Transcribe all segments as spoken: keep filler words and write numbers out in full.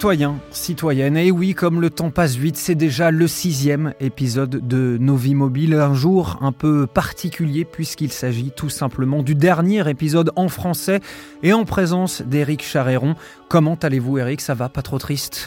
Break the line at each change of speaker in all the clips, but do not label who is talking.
Citoyens, citoyennes, et oui, comme le temps passe vite, c'est déjà le sixième épisode de Nos Vies Mobiles. Un jour un peu particulier puisqu'il s'agit tout simplement du dernier épisode en français et en présence d'Éric Charéron. Comment allez-vous, Éric? Ça va? Pas trop triste?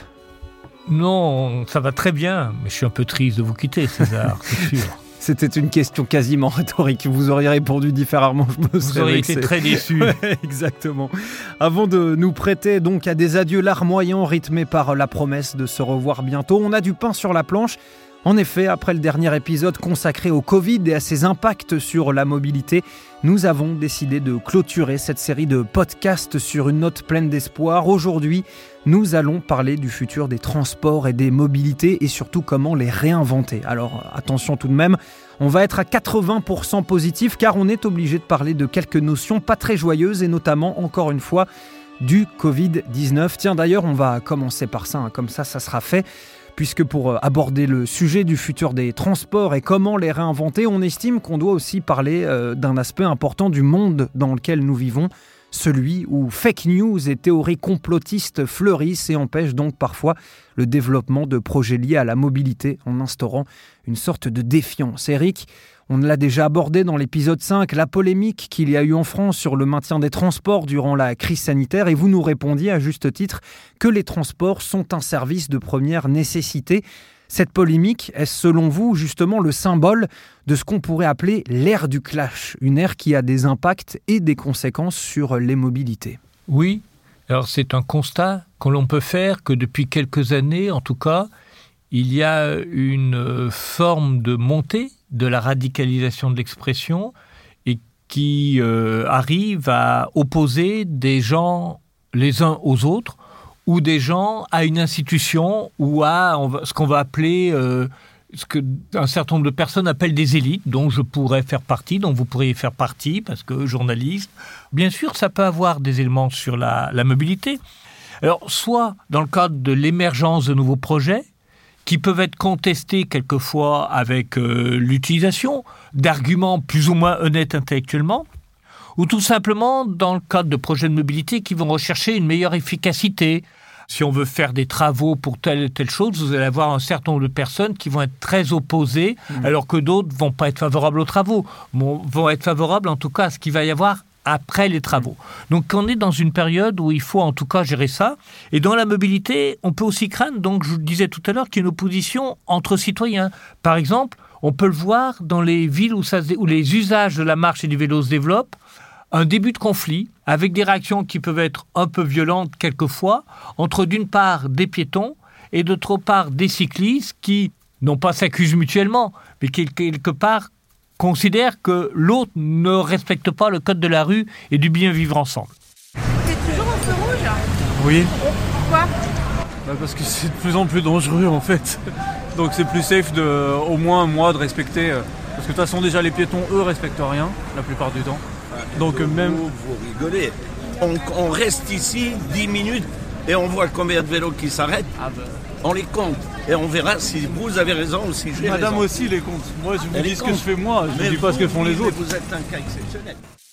Non, ça va très bien, mais je suis un peu triste de vous quitter, César, c'est sûr.
C'était une question quasiment rhétorique. Vous auriez répondu différemment, je me
Vous
serais
auriez
vexé.
été très déçu.
Ouais, exactement. Avant de nous prêter donc à des adieux larmoyants rythmés par la promesse de se revoir bientôt, on a du pain sur la planche. En effet, après le dernier épisode consacré au Covid et à ses impacts sur la mobilité, nous avons décidé de clôturer cette série de podcasts sur une note pleine d'espoir. Aujourd'hui, nous allons parler du futur des transports et des mobilités et surtout comment les réinventer. Alors attention tout de même, on va être à quatre-vingts pour cent positif car on est obligé de parler de quelques notions pas très joyeuses et notamment, encore une fois, du covid dix-neuf. Tiens, d'ailleurs, on va commencer par ça, hein, comme ça, ça sera fait. Puisque pour aborder le sujet du futur des transports et comment les réinventer, on estime qu'on doit aussi parler euh, d'un aspect important du monde dans lequel nous vivons, celui où fake news et théories complotistes fleurissent et empêchent donc parfois le développement de projets liés à la mobilité en instaurant une sorte de défiance. Éric, on l'a déjà abordé dans l'épisode cinq, la polémique qu'il y a eu en France sur le maintien des transports durant la crise sanitaire, et vous nous répondiez à juste titre que les transports sont un service de première nécessité. Cette polémique est selon vous justement le symbole de ce qu'on pourrait appeler l'ère du clash, une ère qui a des impacts et des conséquences sur les mobilités.
Oui, alors c'est un constat que l'on peut faire que depuis quelques années, en tout cas, il y a une forme de montée de la radicalisation de l'expression et qui euh, arrive à opposer des gens les uns aux autres ou des gens à une institution ou à on va, ce qu'on va appeler, euh, ce qu'un certain nombre de personnes appellent des élites, dont je pourrais faire partie, dont vous pourriez faire partie, parce que journaliste. Bien sûr, ça peut avoir des éléments sur la, la mobilité. Alors, soit dans le cadre de l'émergence de nouveaux projets, qui peuvent être contestés quelquefois avec euh, l'utilisation d'arguments plus ou moins honnêtes intellectuellement, ou tout simplement dans le cadre de projets de mobilité qui vont rechercher une meilleure efficacité. Si on veut faire des travaux pour telle et telle chose, vous allez avoir un certain nombre de personnes qui vont être très opposées, mmh. alors que d'autres ne vont pas être favorables aux travaux, vont être favorables en tout cas à ce qu'il va y avoir après les travaux. Donc on est dans une période où il faut en tout cas gérer ça. Et dans la mobilité, on peut aussi craindre, donc je vous le disais tout à l'heure, qu'il y ait une opposition entre citoyens. Par exemple, on peut le voir dans les villes où, ça, où les usages de la marche et du vélo se développent, un début de conflit avec des réactions qui peuvent être un peu violentes quelquefois, entre d'une part des piétons et d'autre part des cyclistes qui, non pas s'accusent mutuellement, mais qui quelque part considère que l'autre ne respecte pas le code de la rue et du bien vivre ensemble.
C'est toujours au feu rouge ?
Oui.
Pourquoi ?
Bah parce que c'est de plus en plus dangereux en fait. Donc c'est plus safe de, au moins un mois de respecter. Parce que de toute façon déjà les piétons eux respectent rien la plupart du temps. Donc
vous,
même...
Vous, vous rigolez. On, on reste ici dix minutes et on voit combien de vélos qui s'arrêtent. Ah ben... On les compte et on verra si vous avez raison ou si j'ai
Madame
raison.
aussi les compte. Moi je vous
Elle
dis ce que je fais moi, je
ne
vous dis pas ce que font les autres.
Vous êtes un cas exceptionnel.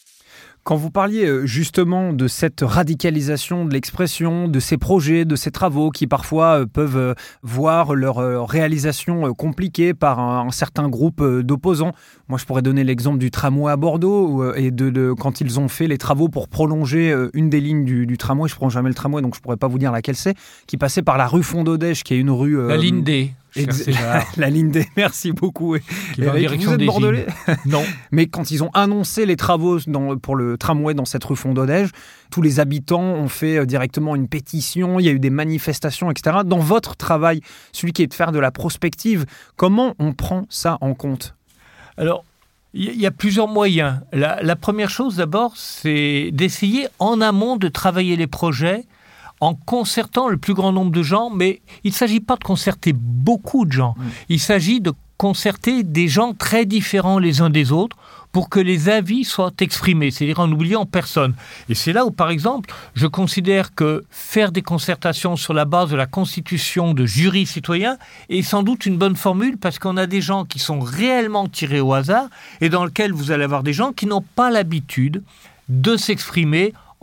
Quand vous parliez justement de cette radicalisation de l'expression, de ces projets, de ces travaux qui parfois peuvent voir leur réalisation compliquée par un certain groupe d'opposants, moi je pourrais donner l'exemple du tramway à Bordeaux et de, de quand ils ont fait les travaux pour prolonger une des lignes du, du tramway, je ne prends jamais le tramway donc je ne pourrais pas vous dire laquelle c'est, qui passait par la rue Fondodège qui est une rue...
La euh, ligne D.
Ex- la ligne D, merci beaucoup.
Qui va en direction
vous êtes
des
bordelais ?
Non.
Mais quand ils ont annoncé les travaux dans, pour le tramway dans cette rue Fondodège, tous les habitants ont fait directement une pétition, il y a eu des manifestations, et cetera. Dans votre travail, celui qui est de faire de la prospective, comment on prend ça en compte ?
Alors, il y a plusieurs moyens. La, la première chose d'abord, c'est d'essayer en amont de travailler les projets en concertant le plus grand nombre de gens, mais il ne s'agit pas de concerter beaucoup de gens. Mmh. Il s'agit de concerter des gens très différents les uns des autres pour que les avis soient exprimés, c'est-à-dire en n'oubliant personne. Et c'est là où, par exemple, je considère que faire des concertations sur la base de la constitution de jurys citoyens est sans doute une bonne formule parce qu'on a des gens qui sont réellement tirés au hasard et dans lesquels vous allez avoir des gens qui n'ont pas l'habitude de s'exprimer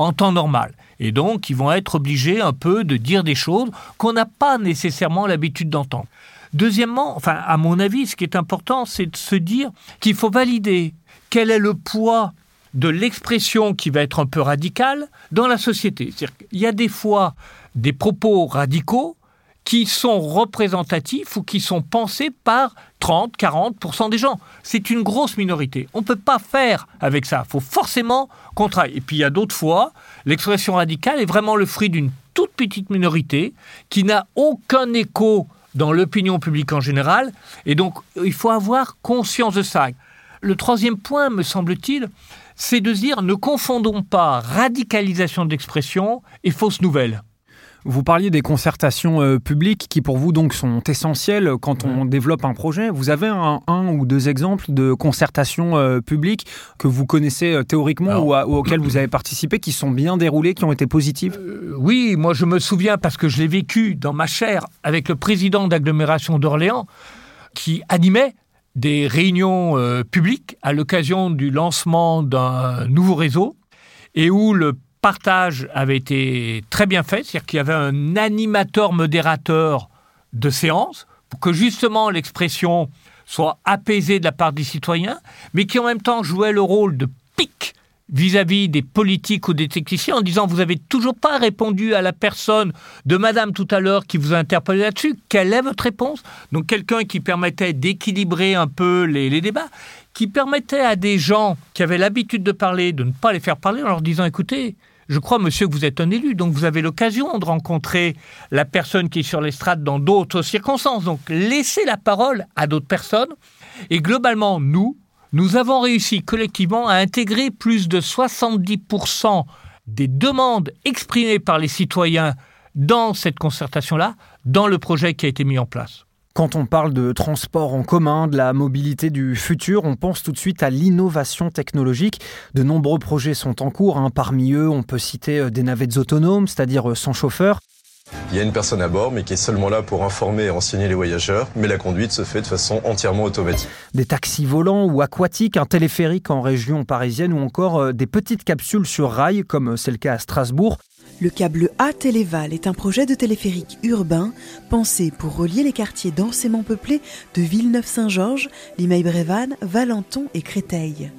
en temps normal. Et donc, ils vont être obligés un peu de dire des choses qu'on n'a pas nécessairement l'habitude d'entendre. Deuxièmement, enfin, à mon avis, ce qui est important, c'est de se dire qu'il faut valider quel est le poids de l'expression qui va être un peu radicale dans la société. C'est-à-dire qu'il y a des fois des propos radicaux qui sont représentatifs ou qui sont pensés par trente à quarante pour cent des gens. C'est une grosse minorité. On ne peut pas faire avec ça. Il faut forcément qu'on travaille. Et puis il y a d'autres fois, l'expression radicale est vraiment le fruit d'une toute petite minorité qui n'a aucun écho dans l'opinion publique en général. Et donc, il faut avoir conscience de ça. Le troisième point, me semble-t-il, c'est de se dire ne confondons pas radicalisation de l'expression et fausse nouvelle.
Vous parliez des concertations euh, publiques qui, pour vous, donc, sont essentielles quand on développe un projet. Vous avez un, un ou deux exemples de concertations euh, publiques que vous connaissez euh, théoriquement Alors, ou, à, ou auxquelles vous avez participé, qui sont bien déroulées, qui ont été positives ?
euh, Oui, moi je me souviens, parce que je l'ai vécu dans ma chair avec le président d'agglomération d'Orléans, qui animait des réunions euh, publiques à l'occasion du lancement d'un nouveau réseau et où le partage avait été très bien fait, c'est-à-dire qu'il y avait un animateur modérateur de séance pour que justement l'expression soit apaisée de la part des citoyens, mais qui en même temps jouait le rôle de pic vis-à-vis des politiques ou des techniciens en disant « Vous n'avez toujours pas répondu à la personne de madame tout à l'heure qui vous a interpellé là-dessus. Quelle est votre réponse ?» Donc quelqu'un qui permettait d'équilibrer un peu les, les débats, qui permettait à des gens qui avaient l'habitude de parler, de ne pas les faire parler en leur disant « Écoutez, je crois, monsieur, que vous êtes un élu, donc vous avez l'occasion de rencontrer la personne qui est sur l'estrade dans d'autres circonstances. Donc, laissez la parole à d'autres personnes. Et globalement, nous, nous avons réussi collectivement à intégrer plus de soixante-dix pour cent des demandes exprimées par les citoyens dans cette concertation-là, dans le projet qui a été mis en place.
Quand on parle de transport en commun, de la mobilité du futur, on pense tout de suite à l'innovation technologique. De nombreux projets sont en cours. Hein. Parmi eux, on peut citer des navettes autonomes, c'est-à-dire sans chauffeur.
Il y a une personne à bord, mais qui est seulement là pour informer et renseigner les voyageurs. Mais la conduite se fait de façon entièrement automatique. Des
taxis volants ou aquatiques, un téléphérique en région parisienne ou encore des petites capsules sur rail, comme c'est le cas à Strasbourg.
Le câble A Téléval est un projet de téléphérique urbain pensé pour relier les quartiers densément peuplés de Villeneuve-Saint-Georges, Limeil-Brévannes, Valenton et Créteil.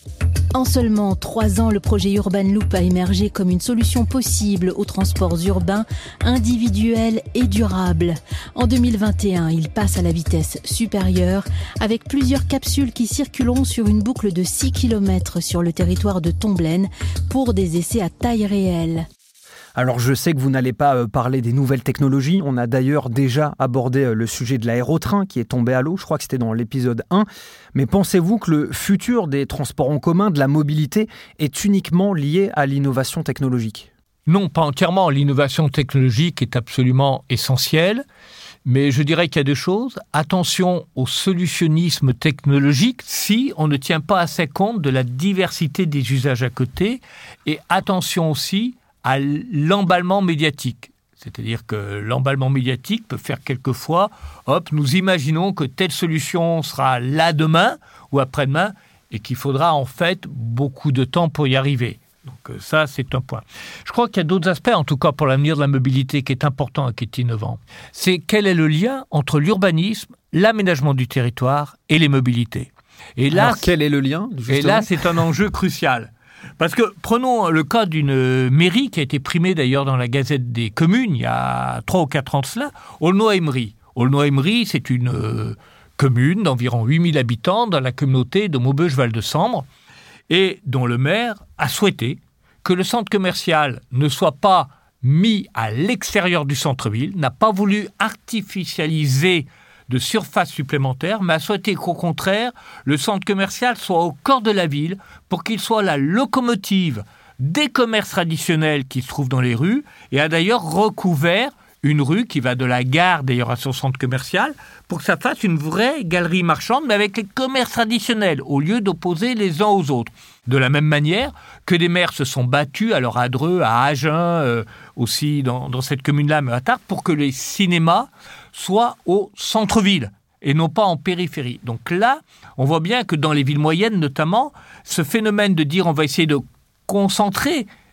En seulement trois ans, le projet Urban Loop a émergé comme une solution possible aux transports urbains, individuels et durables. En deux mille vingt et un, il passe à la vitesse supérieure avec plusieurs capsules qui circuleront sur une boucle de six kilomètres sur le territoire de Tomblaine pour des essais à taille réelle.
Alors je sais que vous n'allez pas parler des nouvelles technologies, on a d'ailleurs déjà abordé le sujet de l'aérotrain qui est tombé à l'eau, je crois que c'était dans l'épisode un, mais pensez-vous que le futur des transports en commun, de la mobilité, est uniquement lié à l'innovation technologique ?
Non, pas entièrement, l'innovation technologique est absolument essentielle, mais je dirais qu'il y a deux choses. Attention au solutionnisme technologique si on ne tient pas assez compte de la diversité des usages à côté, et attention aussi à l'emballement médiatique. C'est-à-dire que l'emballement médiatique peut faire quelquefois, hop, nous imaginons que telle solution sera là demain ou après-demain et qu'il faudra en fait beaucoup de temps pour y arriver. Donc ça, c'est un point. Je crois qu'il y a d'autres aspects, en tout cas pour l'avenir de la mobilité, qui est important et qui est innovant. C'est quel est le lien entre l'urbanisme, l'aménagement du territoire et les mobilités. Et là,
Alors quel est le lien, justement ?
Et là, c'est un enjeu crucial. Parce que prenons le cas d'une mairie qui a été primée d'ailleurs dans la Gazette des communes il y a trois ou quatre ans de cela, Aulnoy-Aymeries. Aulnoy-Aymeries, c'est une euh, commune d'environ huit mille habitants dans la communauté de Maubeuge-Val de Sambre et dont le maire a souhaité que le centre commercial ne soit pas mis à l'extérieur du centre-ville, n'a pas voulu artificialiser de surface supplémentaire, mais a souhaité qu'au contraire, le centre commercial soit au cœur de la ville pour qu'il soit la locomotive des commerces traditionnels qui se trouvent dans les rues et a d'ailleurs recouvert une rue qui va de la gare d'ailleurs à son centre commercial pour que ça fasse une vraie galerie marchande mais avec les commerces traditionnels au lieu d'opposer les uns aux autres. De la même manière que des maires se sont battus alors à Dreux, à Agen, euh, aussi dans, dans cette commune-là, mais à Tarbes, pour que les cinémas soient au centre-ville et non pas en périphérie. Donc là, on voit bien que dans les villes moyennes notamment, ce phénomène de dire on va essayer de concentrer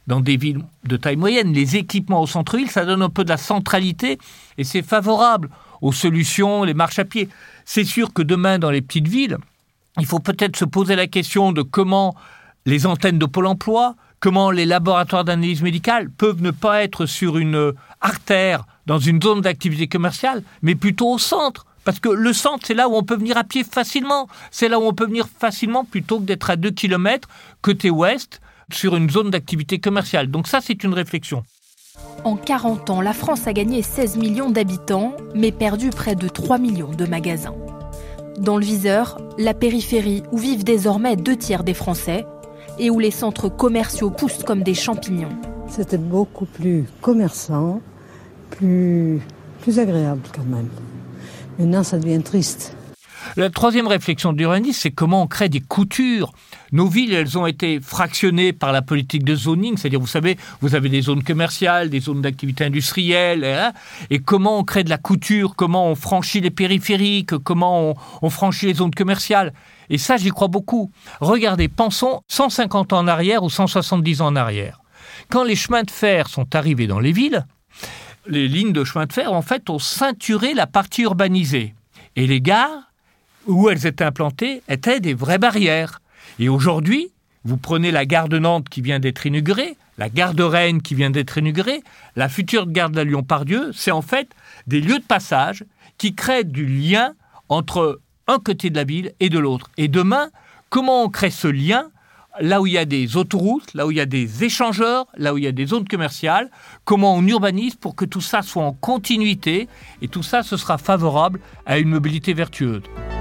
dans des villes de taille moyenne. Les équipements au centre-ville, ça donne un peu de la centralité et c'est favorable aux solutions, les marches à pied. C'est sûr que demain, dans les petites villes, il faut peut-être se poser la question de comment les antennes de Pôle emploi, comment les laboratoires d'analyse médicale peuvent ne pas être sur une artère dans une zone d'activité commerciale, mais plutôt au centre. Parce que le centre, c'est là où on peut venir à pied facilement. C'est là où on peut venir facilement plutôt que d'être à deux kilomètres côté ouest sur une zone d'activité commerciale. Donc ça, c'est une réflexion.
En quarante ans, la France a gagné seize millions d'habitants, mais perdu près de trois millions de magasins. Dans le viseur, la périphérie où vivent désormais deux tiers des Français et où les centres commerciaux poussent comme des champignons.
C'était beaucoup plus commerçant, plus, plus agréable quand même. Maintenant, ça devient triste.
La troisième réflexion d'urbanisme, c'est comment on crée des coutures. Nos villes, elles ont été fractionnées par la politique de zoning, c'est-à-dire, vous savez, vous avez des zones commerciales, des zones d'activité industrielle, hein, et comment on crée de la couture, comment on franchit les périphériques, comment on, on franchit les zones commerciales. Et ça, j'y crois beaucoup. Regardez, pensons cent cinquante ans en arrière ou cent soixante-dix ans en arrière. Quand les chemins de fer sont arrivés dans les villes, les lignes de chemin de fer, en fait, ont ceinturé la partie urbanisée. Et les gares, où elles étaient implantées, étaient des vraies barrières. Et aujourd'hui, vous prenez la gare de Nantes qui vient d'être inaugurée, la gare de Rennes qui vient d'être inaugurée, la future gare de la Lyon-Part-Dieu, c'est en fait des lieux de passage qui créent du lien entre un côté de la ville et de l'autre. Et demain, comment on crée ce lien ? Là où il y a des autoroutes, là où il y a des échangeurs, là où il y a des zones commerciales, comment on urbanise pour que tout ça soit en continuité et tout ça, ce sera favorable à une mobilité vertueuse.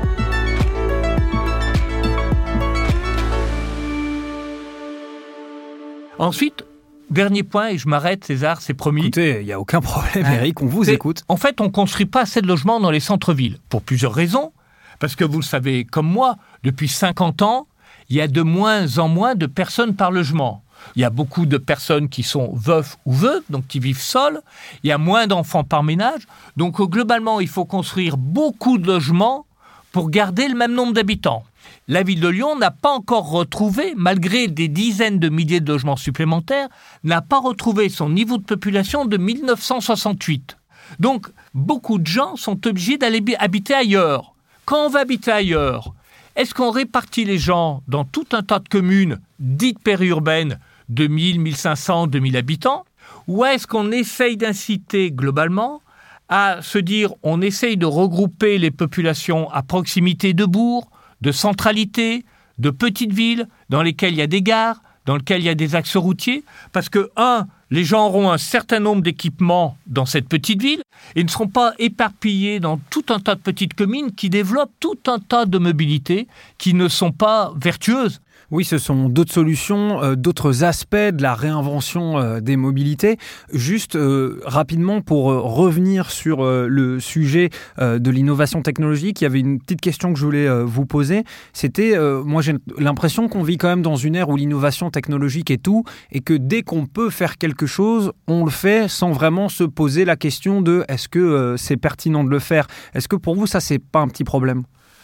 Ensuite, dernier point, et je m'arrête, César, c'est promis.
Écoutez, il n'y a aucun problème, Eric, on vous
c'est,
écoute.
En fait, on ne construit pas assez de logements dans les centres-villes, pour plusieurs raisons. Parce que vous le savez comme moi, depuis cinquante ans, il y a de moins en moins de personnes par logement. Il y a beaucoup de personnes qui sont veufs ou veuves, donc qui vivent seules. Il y a moins d'enfants par ménage. Donc, globalement, il faut construire beaucoup de logements pour garder le même nombre d'habitants. La ville de Lyon n'a pas encore retrouvé, malgré des dizaines de milliers de logements supplémentaires, n'a pas retrouvé son niveau de population de mille neuf cent soixante-huit. Donc, beaucoup de gens sont obligés d'aller habiter ailleurs. Quand on va habiter ailleurs, est-ce qu'on répartit les gens dans tout un tas de communes dites périurbaines de mille, mille cinq cents, deux mille habitants, ou est-ce qu'on essaye d'inciter globalement à se dire on essaye de regrouper les populations à proximité de bourgs, de centralité, de petites villes dans lesquelles il y a des gares, dans lesquelles il y a des axes routiers, parce que, un, les gens auront un certain nombre d'équipements dans cette petite ville et ne seront pas éparpillés dans tout un tas de petites communes qui développent tout un tas de mobilités qui ne sont pas vertueuses.
Oui, ce sont d'autres solutions, euh, d'autres aspects de la réinvention euh, des mobilités. Juste euh, rapidement pour euh, revenir sur euh, le sujet euh, de l'innovation technologique, il y avait une petite question que je voulais euh, vous poser. C'était, euh, moi j'ai l'impression qu'on vit quand même dans une ère où l'innovation technologique est tout et que dès qu'on peut faire quelque chose, on le fait sans vraiment se poser la question de est-ce que euh, c'est pertinent de le faire. Est-ce que pour vous ça c'est pas un petit problème ?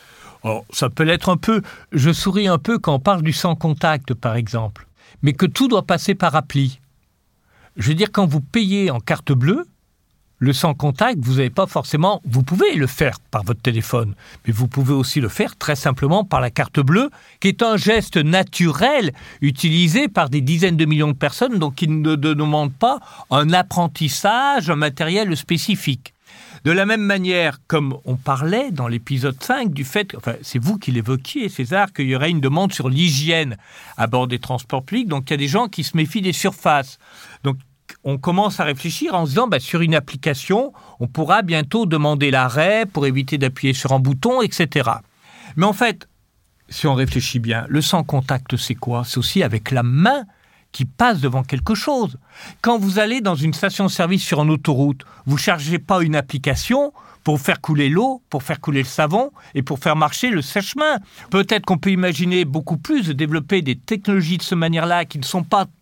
Oh, ça peut l'être un peu. Je souris un peu quand on parle du sans contact, par exemple. Mais que tout doit passer par appli. Je veux dire, quand vous payez en carte bleue, le sans contact, vous n'avez pas forcément... Vous pouvez le faire par votre téléphone, mais vous pouvez aussi le faire très simplement par la carte bleue, qui est un geste naturel utilisé par des dizaines de millions de personnes, donc qui ne demande pas un apprentissage, un matériel spécifique. De la même manière, comme on parlait dans l'épisode cinq du fait, enfin c'est vous qui l'évoquiez, César, qu'il y aurait une demande sur l'hygiène à bord des transports publics, donc il y a des gens qui se méfient des surfaces. Donc on commence à réfléchir en se disant, bah, sur une application, on pourra bientôt demander l'arrêt pour éviter d'appuyer sur un bouton, et cetera. Mais en fait, si on réfléchit bien, le sans contact, c'est quoi ? C'est aussi avec la main qui passe devant quelque chose. Quand vous allez dans une station-service sur une autoroute, vous ne chargez pas une application pour faire couler l'eau, pour faire couler le savon et pour faire marcher le sèche-main. Peut-être qu'on peut imaginer beaucoup plus de développer des technologies de cette manière-là qui ne sont pas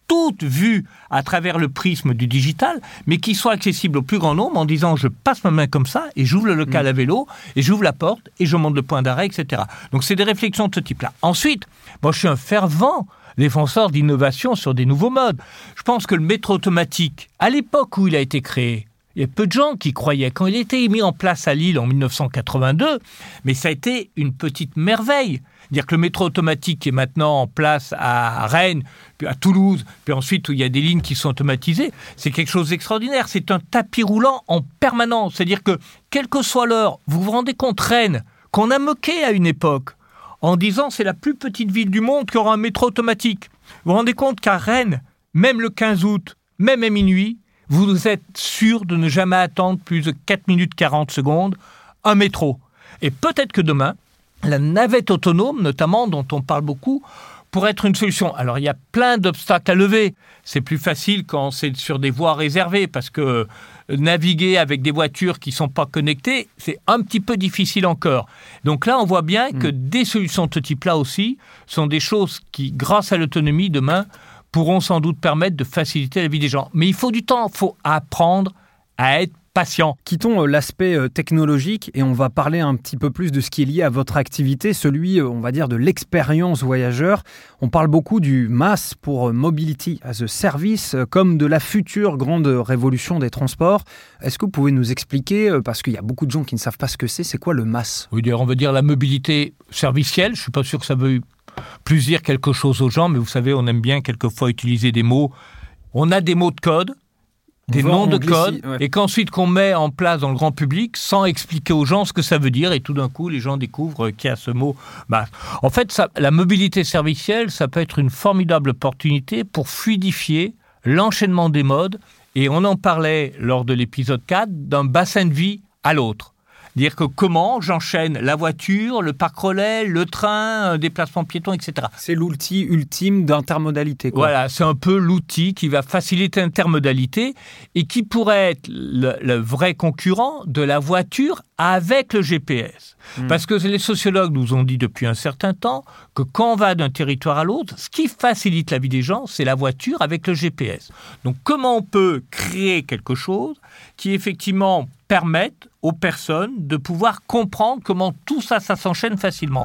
toutes vues à travers le prisme du digital, mais qui soient accessibles au plus grand nombre en disant je passe ma main comme ça et j'ouvre le local mmh. à vélo et j'ouvre la porte et je monte le point d'arrêt, et cetera. Donc c'est des réflexions de ce type-là. Ensuite, moi je suis un fervent défenseur d'innovation sur des nouveaux modes. Je pense que le métro automatique, à l'époque où il a été créé, il y a peu de gens qui croyaient. Quand il a été mis en place à Lille en dix-neuf cent quatre-vingt-deux, mais ça a été une petite merveille. Dire que le métro automatique est maintenant en place à Rennes, puis à Toulouse, puis ensuite où il y a des lignes qui sont automatisées, c'est quelque chose d'extraordinaire. C'est un tapis roulant en permanence. C'est-à-dire que, quelle que soit l'heure, vous vous rendez compte, Rennes, qu'on a moqué à une époque, en disant c'est la plus petite ville du monde qui aura un métro automatique. Vous vous rendez compte qu'à Rennes, même le quinze août, même à minuit, vous êtes sûr de ne jamais attendre plus de quatre minutes quarante secondes un métro. Et peut-être que demain, la navette autonome, notamment, dont on parle beaucoup, pourrait être une solution. Alors, il y a plein d'obstacles à lever. C'est plus facile quand c'est sur des voies réservées, parce que naviguer avec des voitures qui ne sont pas connectées, c'est un petit peu difficile encore. Donc là, on voit bien que mmh. des solutions de ce type-là aussi sont des choses qui, grâce à l'autonomie, demain, pourront sans doute permettre de faciliter la vie des gens. Mais il faut du temps, il faut apprendre à être patient.
Quittons l'aspect technologique et on va parler un petit peu plus de ce qui est lié à votre activité, celui, on va dire, de l'expérience voyageur. On parle beaucoup du M A S pour Mobility as a Service, comme de la future grande révolution des transports. Est-ce que vous pouvez nous expliquer, parce qu'il y a beaucoup de gens qui ne savent pas ce que c'est, c'est quoi le M A S ?
Oui, d'ailleurs, on veut dire la mobilité servicielle. Je ne suis pas sûr que ça veut plus dire quelque chose aux gens, mais vous savez, on aime bien quelquefois utiliser des mots. On a des mots de code, des noms de code, ouais. et qu'ensuite qu'on met en place dans le grand public sans expliquer aux gens ce que ça veut dire, et tout d'un coup, les gens découvrent qu'il y a ce mot. Bah, en fait, ça, la mobilité servicielle, ça peut être une formidable opportunité pour fluidifier l'enchaînement des modes, et on en parlait lors de l'épisode quatre, d'un bassin de vie à l'autre. Dire que comment j'enchaîne la voiture, le parc relais, le train, un déplacement piéton, et cetera.
C'est l'outil ultime d'intermodalité, quoi.
Voilà, c'est un peu l'outil qui va faciliter l'intermodalité et qui pourrait être le, le vrai concurrent de la voiture avec le G P S. Mmh. Parce que les sociologues nous ont dit depuis un certain temps que quand on va d'un territoire à l'autre, ce qui facilite la vie des gens, c'est la voiture avec le G P S. Donc comment on peut créer quelque chose qui effectivement permette aux personnes de pouvoir comprendre comment tout ça, ça s'enchaîne facilement.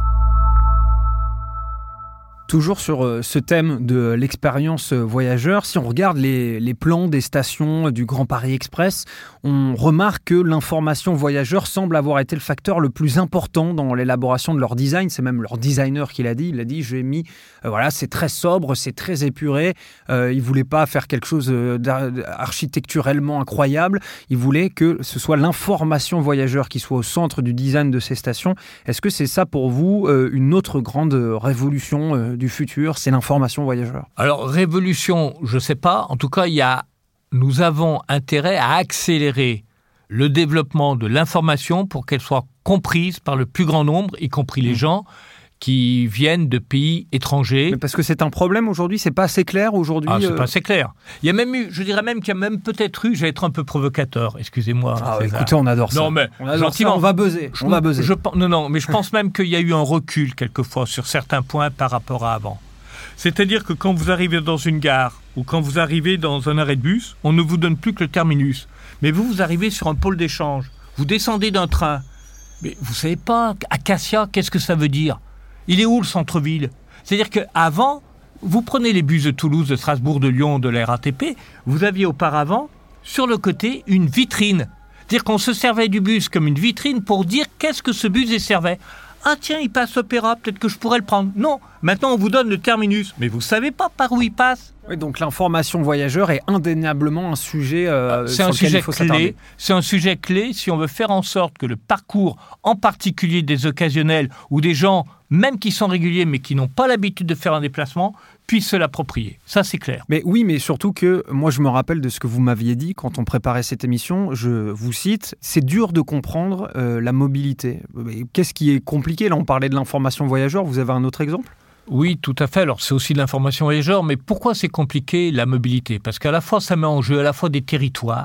Toujours sur ce thème de l'expérience voyageur, si on regarde les, les plans des stations du Grand Paris Express, on remarque que l'information voyageur semble avoir été le facteur le plus important dans l'élaboration de leur design. C'est même leur designer qui l'a dit. Il a dit, j'ai mis, euh, voilà, c'est très sobre, c'est très épuré. Euh, il ne voulait pas faire quelque chose d'architecturellement incroyable. Il voulait que ce soit l'information voyageur qui soit au centre du design de ces stations. Est-ce que c'est ça pour vous euh, une autre grande révolution euh, du futur, c'est l'information voyageur?
Alors, révolution, je ne sais pas. En tout cas, il y a, nous avons intérêt à accélérer le développement de l'information pour qu'elle soit comprise par le plus grand nombre, y compris les gens qui viennent de pays étrangers.
Mais parce que c'est un problème aujourd'hui, c'est pas assez clair aujourd'hui.
Ah, c'est
euh...
pas assez clair. Il y a même eu, je dirais même qu'il y a même peut-être eu, je vais être un peu provocateur, excusez-moi.
Ah, écoutez, on adore ça.
Non, mais
on adore gentiment, ça, on va buzzer.
Je,
on va buzzer.
Je, non, non, mais je pense même qu'il y a eu un recul quelquefois sur certains points par rapport à avant. C'est-à-dire que quand vous arrivez dans une gare ou quand vous arrivez dans un arrêt de bus, on ne vous donne plus que le terminus. Mais vous, vous arrivez sur un pôle d'échange. Vous descendez d'un train. Mais vous ne savez pas, Acacia, qu'est-ce que ça veut dire ? Il est où le centre-ville ? C'est-à-dire qu'avant, vous prenez les bus de Toulouse, de Strasbourg, de Lyon, de la R A T P, vous aviez auparavant, sur le côté, une vitrine. C'est-à-dire qu'on se servait du bus comme une vitrine pour dire qu'est-ce que ce bus servait. Ah tiens, il passe Opéra, peut-être que je pourrais le prendre. Non, maintenant on vous donne le terminus, mais vous ne savez pas par où il passe.
Oui, donc l'information voyageur est indéniablement un sujet euh,
c'est
sur
un
lequel
sujet
il faut
clé.
s'attarder.
C'est un sujet clé si on veut faire en sorte que le parcours, en particulier des occasionnels ou des gens, même qui sont réguliers mais qui n'ont pas l'habitude de faire un déplacement, puissent se l'approprier. Ça, c'est clair.
Mais oui, mais surtout que moi, je me rappelle de ce que vous m'aviez dit quand on préparait cette émission. Je vous cite, c'est dur de comprendre euh, la mobilité. Mais qu'est-ce qui est compliqué ? Là, on parlait de l'information voyageur. Vous avez un autre exemple ?
Oui, tout à fait. Alors, c'est aussi de l'information voyageur, mais pourquoi c'est compliqué, la mobilité ? Parce qu'à la fois, ça met en jeu à la fois des territoires,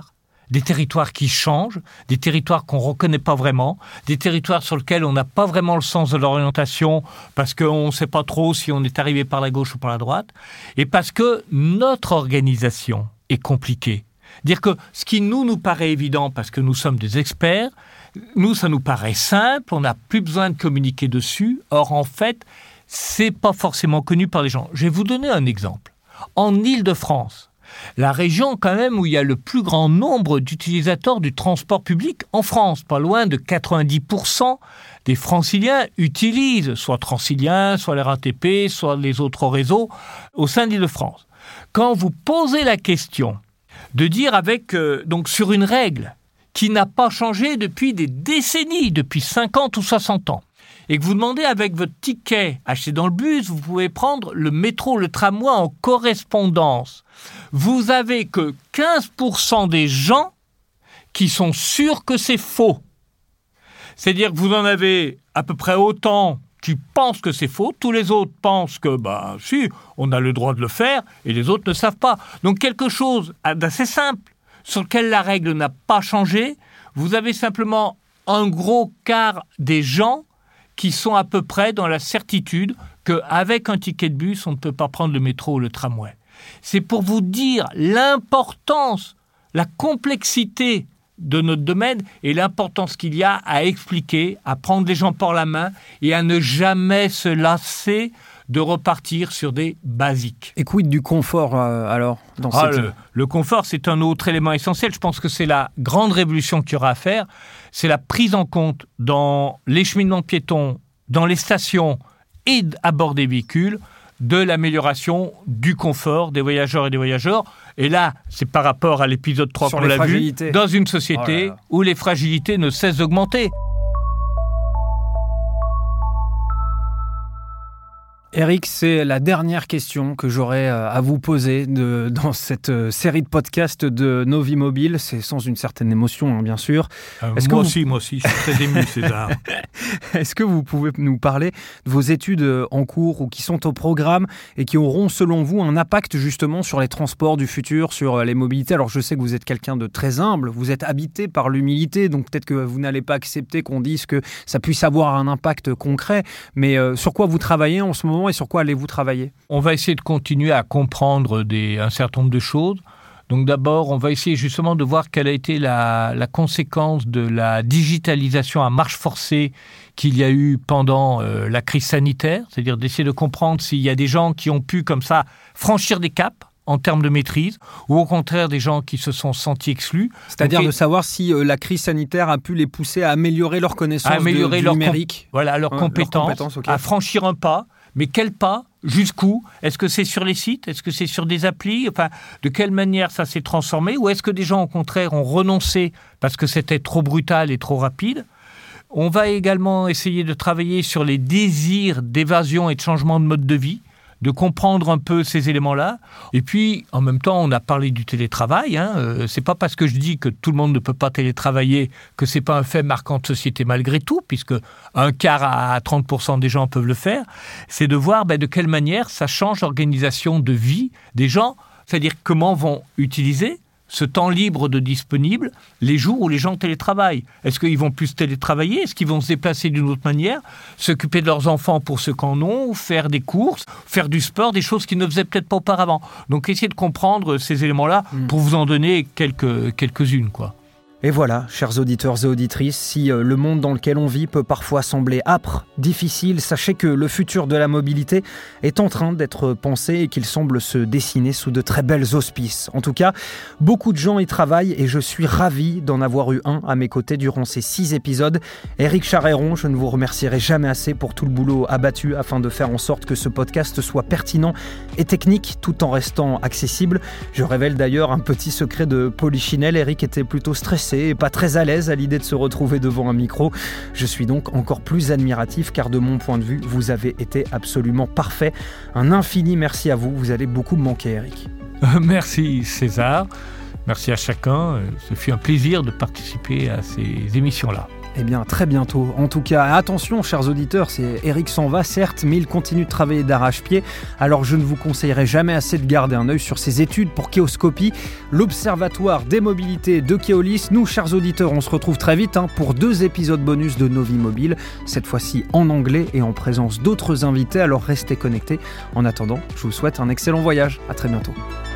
des territoires qui changent, des territoires qu'on ne reconnaît pas vraiment, des territoires sur lesquels on n'a pas vraiment le sens de l'orientation parce qu'on ne sait pas trop si on est arrivé par la gauche ou par la droite, et parce que notre organisation est compliquée. Dire que ce qui nous, nous paraît évident parce que nous sommes des experts, nous, ça nous paraît simple, on n'a plus besoin de communiquer dessus. Or, en fait, c'est pas forcément connu par les gens. Je vais vous donner un exemple. En Île-de-France, la région quand même où il y a le plus grand nombre d'utilisateurs du transport public en France, pas loin de quatre-vingt-dix pour cent des Franciliens utilisent soit Transilien, soit la R A T P, soit les autres réseaux au sein d'Île-de-France. Quand vous posez la question de dire avec euh, donc sur une règle qui n'a pas changé depuis des décennies, depuis cinquante ou soixante ans, et que vous demandez avec votre ticket acheté dans le bus, vous pouvez prendre le métro, le tramway en correspondance. Vous avez que quinze pour cent des gens qui sont sûrs que c'est faux. C'est-à-dire que vous en avez à peu près autant qui pensent que c'est faux, tous les autres pensent que, bah, si, on a le droit de le faire, et les autres ne savent pas. Donc quelque chose d'assez simple, sur lequel la règle n'a pas changé, vous avez simplement un gros quart des gens qui sont à peu près dans la certitude qu'avec un ticket de bus, on ne peut pas prendre le métro ou le tramway. C'est pour vous dire l'importance, la complexité de notre domaine et l'importance qu'il y a à expliquer, à prendre les gens par la main et à ne jamais se lasser de repartir sur des basiques.
Et quid du confort euh, alors dans
ah,
cette...
le, le confort, c'est un autre élément essentiel. Je pense que c'est la grande révolution qu'il y aura à faire. C'est la prise en compte dans les cheminements piétons, dans les stations et à bord des véhicules de l'amélioration du confort des voyageurs et des voyageurs. Et là, c'est par rapport à l'épisode trois
Sur
qu'on l'a vu,
fragilités.
dans une société
Oh là là.
où les fragilités ne cessent d'augmenter.
Eric, c'est la dernière question que j'aurais à vous poser de, dans cette série de podcasts de Nos Vies Mobiles. C'est sans une certaine émotion, hein, bien sûr.
Euh,
Est-ce
moi
que vous...
aussi, moi aussi, je suis très ému, César.
Est-ce que vous pouvez nous parler de vos études en cours ou qui sont au programme et qui auront, selon vous, un impact justement sur les transports du futur, sur les mobilités? Alors, je sais que vous êtes quelqu'un de très humble, vous êtes habité par l'humilité, donc peut-être que vous n'allez pas accepter qu'on dise que ça puisse avoir un impact concret, mais euh, sur quoi vous travaillez en ce moment et sur quoi allez-vous travailler?
On va essayer de continuer à comprendre des, un certain nombre de choses. Donc d'abord, on va essayer justement de voir quelle a été la, la conséquence de la digitalisation à marche forcée qu'il y a eu pendant euh, la crise sanitaire, c'est-à-dire d'essayer de comprendre s'il y a des gens qui ont pu comme ça franchir des caps en termes de maîtrise, ou au contraire des gens qui se sont sentis exclus.
C'est-à-dire
Donc,
de savoir si euh, la crise sanitaire a pu les pousser à améliorer leurs connaissances
à améliorer
de, du
leur
numérique.
Com- voilà, leurs
Ouais,
compétences,
leurs compétences, okay.
À franchir un pas. Mais quel pas? Jusqu'où? Est-ce que c'est sur les sites? Est-ce que c'est sur des applis? Enfin, de quelle manière ça s'est transformé? Ou est-ce que des gens, au contraire, ont renoncé parce que c'était trop brutal et trop rapide? On va également essayer de travailler sur les désirs d'évasion et de changement de mode de vie, de comprendre un peu ces éléments-là. Et puis, en même temps, on a parlé du télétravail. Hein. Euh, c'est pas parce que je dis que tout le monde ne peut pas télétravailler que c'est pas un fait marquant de société malgré tout, puisque un quart à trente pour cent des gens peuvent le faire. C'est de voir ben, de quelle manière ça change l'organisation de vie des gens, c'est-à-dire comment vont utiliser ce temps libre de disponible les jours où les gens télétravaillent. Est-ce qu'ils vont plus télétravailler? Est-ce qu'ils vont se déplacer d'une autre manière? S'occuper de leurs enfants pour ceux qui en ont, faire des courses, faire du sport, des choses qu'ils ne faisaient peut-être pas auparavant. Donc, essayez de comprendre ces éléments-là mmh. pour vous en donner quelques, quelques-unes, quoi.
Et voilà, chers auditeurs et auditrices, si euh, le monde dans lequel on vit peut parfois sembler âpre, difficile, sachez que le futur de la mobilité est en train d'être pensé et qu'il semble se dessiner sous de très belles auspices. En tout cas, beaucoup de gens y travaillent et je suis ravi d'en avoir eu un à mes côtés durant ces six épisodes. Éric Charéron, je ne vous remercierai jamais assez pour tout le boulot abattu afin de faire en sorte que ce podcast soit pertinent et technique tout en restant accessible. Je révèle d'ailleurs un petit secret de Polichinelle, Éric était plutôt stressé et pas très à l'aise à l'idée de se retrouver devant un micro. Je suis donc encore plus admiratif car de mon point de vue, vous avez été absolument parfait. Un infini merci à vous, vous allez beaucoup me manquer, Eric.
Merci César, merci à chacun. Ce fut un plaisir de participer à ces émissions-là.
Eh bien, très bientôt. En tout cas, attention, chers auditeurs, c'est Eric s'en va, certes, mais il continue de travailler d'arrache-pied. Alors, je ne vous conseillerai jamais assez de garder un œil sur ses études pour Keoscopie, l'Observatoire des mobilités de Keolis. Nous, chers auditeurs, on se retrouve très vite hein, pour deux épisodes bonus de Nos Vies Mobiles, cette fois-ci en anglais et en présence d'autres invités. Alors, restez connectés. En attendant, je vous souhaite un excellent voyage. À très bientôt.